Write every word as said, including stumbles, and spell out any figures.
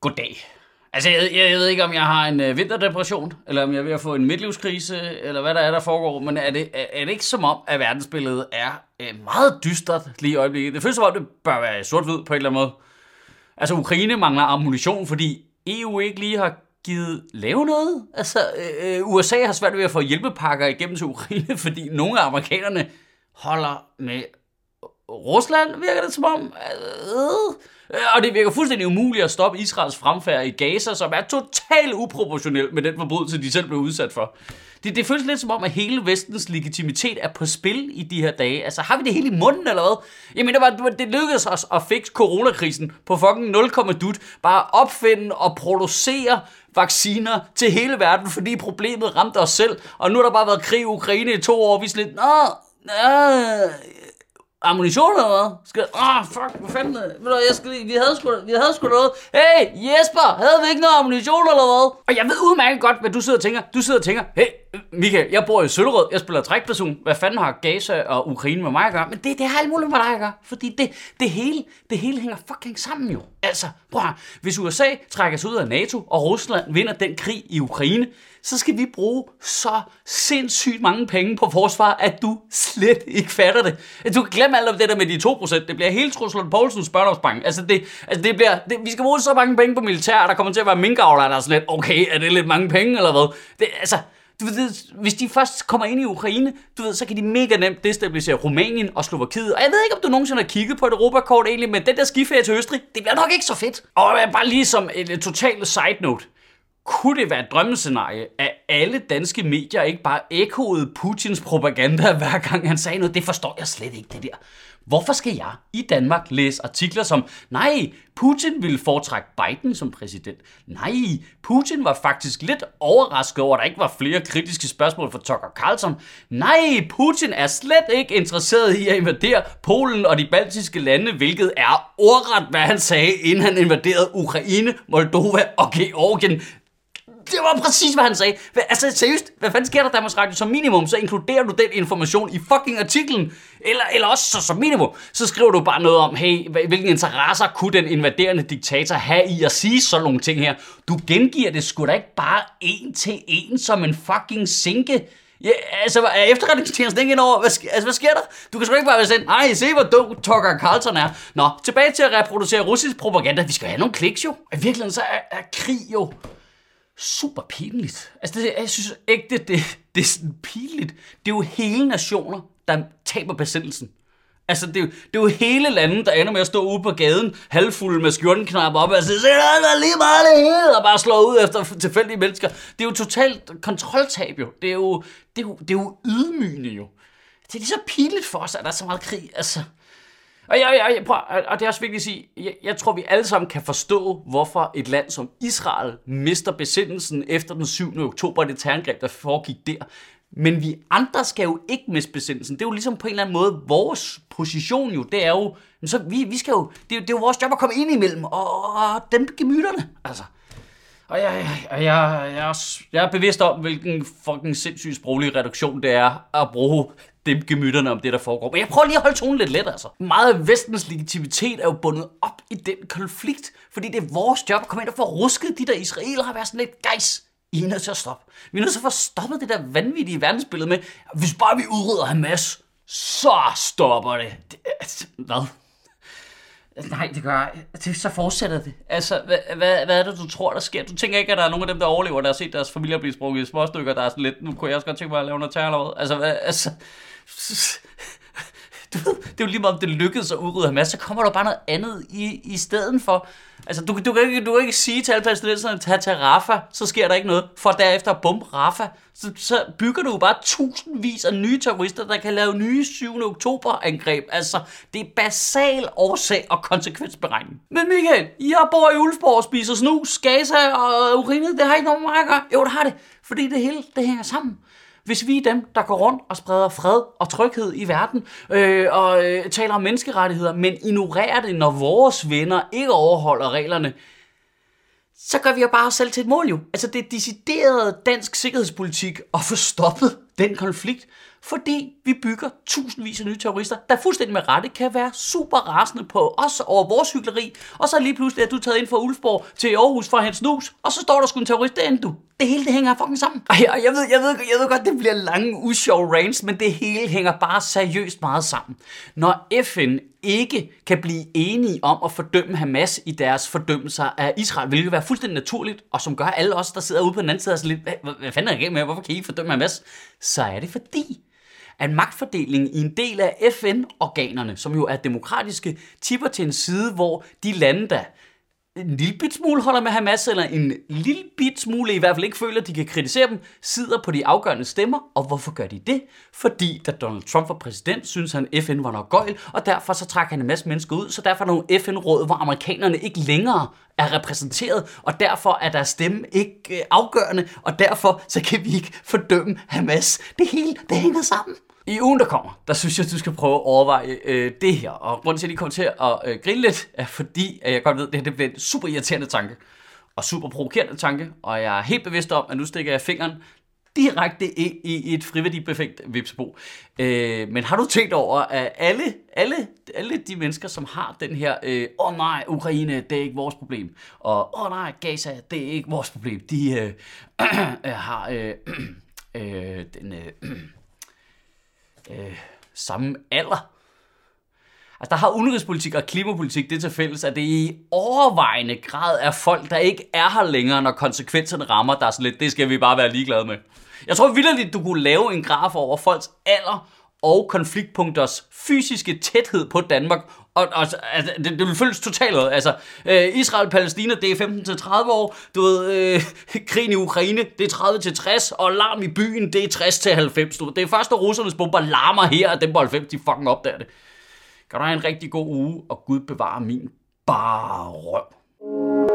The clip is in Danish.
Goddag. Altså, jeg, jeg ved ikke, om jeg har en øh, vinterdepression, eller om jeg er ved at få en midtlivskrise, eller hvad der er, der foregår, men er det, er, er det ikke som om, at verdensbilledet er øh, meget dystert lige i øjeblikket? Det føles som om, det bør være sort-hvid på en eller anden måde. Altså, Ukraine mangler ammunition, fordi E U ikke lige har givet lave noget. Altså, øh, U S A har svært ved at få hjælpepakker igennem til Ukraine, fordi nogle af amerikanerne holder med Rusland, virker det som om. Øh, og det virker fuldstændig umuligt at stoppe Israels fremfærd i Gaza, som er totalt uproportionel med den forbrydelse, de selv blev udsat for. Det, det føles lidt som om, at hele vestens legitimitet er på spil i de her dage. Altså, har vi det hele i munden, eller hvad? Jeg mener bare, det lykkedes os at fikse coronakrisen på fucking nul komma dut. Bare opfinde og producere vacciner til hele verden, fordi problemet ramte os selv. Og nu har der bare været krig i Ukraine i to år, vi er lidt, nå, øh, ammunition eller hvad? Skal, åh, oh, fuck, hvad fanden, ved du, jeg skal, vi havde sgu, vi havde sgu noget. Hey, Jesper, havde vi ikke noget ammunition eller hvad? Og jeg ved udmærket godt, hvad du sidder og tænker. Du sidder og tænker, hey, Michael, jeg bor i Søllerød, jeg spiller trækperson. Hvad fanden har Gaza og Ukraine med mig at gøre? Men det, det har alt muligt med dig at gøre, fordi det, det, hele, det hele hænger fucking sammen jo. Altså, prøv at, hvis U S A trækker sig ud af NATO, og Rusland vinder den krig i Ukraine, så skal vi bruge så sindssygt mange penge på forsvar, at du slet ikke fatter det. Du kan glemme alt om det der med de to procent. Det bliver hele Truslund Poulsens børneopsparing. Altså, det, altså det bliver, det, vi skal bruge så mange penge på militær, og der kommer til at være minkavlere, der er sådan lidt, okay, er det lidt mange penge, eller hvad? Det, altså, du ved, hvis de først kommer ind i Ukraine, du ved, så kan de mega nemt destabilisere Rumænien og Slovakiet. Og jeg ved ikke, om du nogensinde har kigget på et Europakort egentlig, men den der skiferie til Østrig, det bliver nok ikke så fedt. Og bare lige som et totalt side note. Kunne det være et drømmescenarie, at alle danske medier ikke bare ekkoede Putins propaganda, hver gang han sagde noget? Det forstår jeg slet ikke, det der. Hvorfor skal jeg i Danmark læse artikler som, nej, Putin ville foretrække Biden som præsident. Nej, Putin var faktisk lidt overrasket over, at der ikke var flere kritiske spørgsmål fra Tucker Carlson. Nej, Putin er slet ikke interesseret i at invadere Polen og de baltiske lande, hvilket er ordret, hvad han sagde, inden han invaderede Ukraine, Moldova og Georgien. Det var præcis, hvad han sagde. Altså seriøst, hvad fanden sker der, Danmarks Radio? Som minimum, så inkluderer du den information i fucking artiklen. Eller, eller også, så som minimum, så skriver du bare noget om, hey, hvilke interesser kunne den invaderende diktator have i at sige sådan nogle ting her. Du gengiver det sgu da ikke bare en til en som en fucking sinke. Ja, altså, er efterretningstjenesten ikke ind over? Hvad, altså, hvad sker der? Du kan sgu ikke bare være sådan, nej, se hvor dum Tucker Carlson er. Nå, tilbage til at reproducere russisk propaganda. Vi skal have nogle kliks jo. I virkeligheden så er, er krig jo super pinligt. Altså, det, jeg synes ikke, det, det, det er sådan pinligt. Det er jo hele nationer, der taber besættelsen. Altså, det er, jo, det er jo hele landet, der ender med at stå ude på gaden, halvfulde med skjortenknapper op, og sige, se, der er lige meget det hele, og bare slå ud efter tilfældige mennesker. Det er jo totalt kontroltab, jo. Det er jo, det er jo, det er jo ydmygende, jo. Det er lige så pinligt for os, at der er så meget krig, altså. Og, jeg, jeg, jeg prøver, og det er også vigtigt at sige, jeg, jeg tror, vi alle sammen kan forstå, hvorfor et land som Israel mister besindelsen efter den syvende oktober, det terrorangreb, der foregik der. Men vi andre skal jo ikke miste besindelsen. Det er jo ligesom på en eller anden måde vores position jo. Det er jo, så vi, vi skal jo, det er, det er jo vores job at komme ind imellem og, og dæmpe gemytterne, altså. Og jeg, jeg, jeg, jeg, jeg er bevidst om, hvilken fucking sindssygt sproglig reduktion det er at bruge dem gemytterne om det, der foregår. Men jeg prøver lige at holde tonen lidt let, altså. Meget af vestens legitimitet er jo bundet op i den konflikt, fordi det er vores job at komme ind og få rusket de der israelere og være sådan lidt, guys, I er nødt til at stoppe. Vi er nødt til at få stoppet det der vanvittige verdensbillede med, hvis bare vi udrydder Hamas, så stopper det. det hvad? Nej, det gør det, så fortsætter det. Altså, hvad, hvad, hvad er det, du tror, der sker? Du tænker ikke, at der er nogen af dem, der overlever, der har set deres familier blive sprunget i småstykker, der er sådan lidt, nu kunne jeg også godt tænke mig at lave noget terror eller hvad? Altså, hvad, altså... Du ved, det er jo lige meget, om det lykkedes at udrydde Hamas, så kommer der bare noget andet i, i stedet for. Altså, du, du, kan ikke, du kan ikke sige til alle palæstinenserne at tage til Rafah, så sker der ikke noget, for derefter at bombe Rafah. Så, så bygger du jo bare tusindvis af nye terrorister, der kan lave nye syvende oktober-angreb. Altså, det er basal årsag og konsekvensberegning. Men Michael, jeg bor i Ulfborg og spiser snus, Gaza og Ukraine, det har ikke nogen med at gøre. Jo, det har det, fordi det hele, det hænger sammen. Hvis vi er dem, der går rundt og spreder fred og tryghed i verden, øh, og øh, taler om menneskerettigheder, men ignorerer det, når vores venner ikke overholder reglerne, så gør vi jo bare os selv til et mål jo. Altså det er decideret dansk sikkerhedspolitik at få stoppet den konflikt, fordi vi bygger tusindvis af nye terrorister, der fuldstændig med rette kan være super rasende på os over vores hykleri, og så lige pludselig er du taget ind fra Ulfborg til Aarhus for at hente snus, og så står der sgu en terrorist derinde, du. Det hele det hænger fucking sammen. Og jeg, jeg, ved, jeg, ved, jeg ved godt, det bliver lange, usjove rants, men det hele hænger bare seriøst meget sammen. Når F N ikke kan blive enige om at fordømme Hamas i deres fordømmelser af Israel, hvilket vil være fuldstændig naturligt, og som gør alle os, der sidder ude på den anden side, altså lidt, hvad, hvad fanden er det galt med, hvorfor kan I ikke fordømme Hamas? Så er det fordi, at magtfordelingen i en del af F N-organerne, som jo er demokratiske, tipper til en side, hvor de lande, der en lille bit smule holder med Hamas, eller en lille bit smule i hvert fald ikke føler, at de kan kritisere dem, sidder på de afgørende stemmer. Og hvorfor gør de det? Fordi da Donald Trump var præsident, synes han, at F N var nok gøjl, og derfor så trækker han en masse mennesker ud, så derfor er der nogle F N-råd, hvor amerikanerne ikke længere er repræsenteret, og derfor er deres stemme ikke afgørende, og derfor så kan vi ikke fordømme Hamas. Det hele, det hænger sammen. I ugen, der kommer, der synes jeg, at du skal prøve at overveje øh, det her. Og grunden til, at jeg lige kommer til at øh, grine lidt, er fordi, at jeg godt ved, at det her det bliver en super irriterende tanke. Og super provokerende tanke. Og jeg er helt bevidst om, at nu stikker jeg fingeren direkte ind i et friværdibefængt vipsebo. Øh, men har du tænkt over, at alle, alle, alle de mennesker, som har den her, åh øh, oh nej, Ukraine, det er ikke vores problem. Og åh oh nej, Gaza, det er ikke vores problem. De øh, øh, har øh, øh, den... Øh, Øh, samme alder. Altså, der har udenrigspolitik og klimapolitik det til fælles, at det i overvejende grad er folk, der ikke er her længere, når konsekvenserne rammer, der er sådan lidt, det skal vi bare være ligeglade med. Jeg tror vitterligt, du kunne lave en graf over folks alder og konfliktpunkters fysiske tæthed på Danmark, og, og altså, det, det vil føles totalt. Altså, øh, Israel-Palæstina, det er femten til tredive år, du ved, øh, krigen i Ukraine, det er tredive til tres, og larm i byen, det er tres til halvfems. Det er først, når russernes bomber larmer her, og dem på halvfems, de fucking opdager det. Kan du have en rigtig god uge, og Gud bevare min bare røv.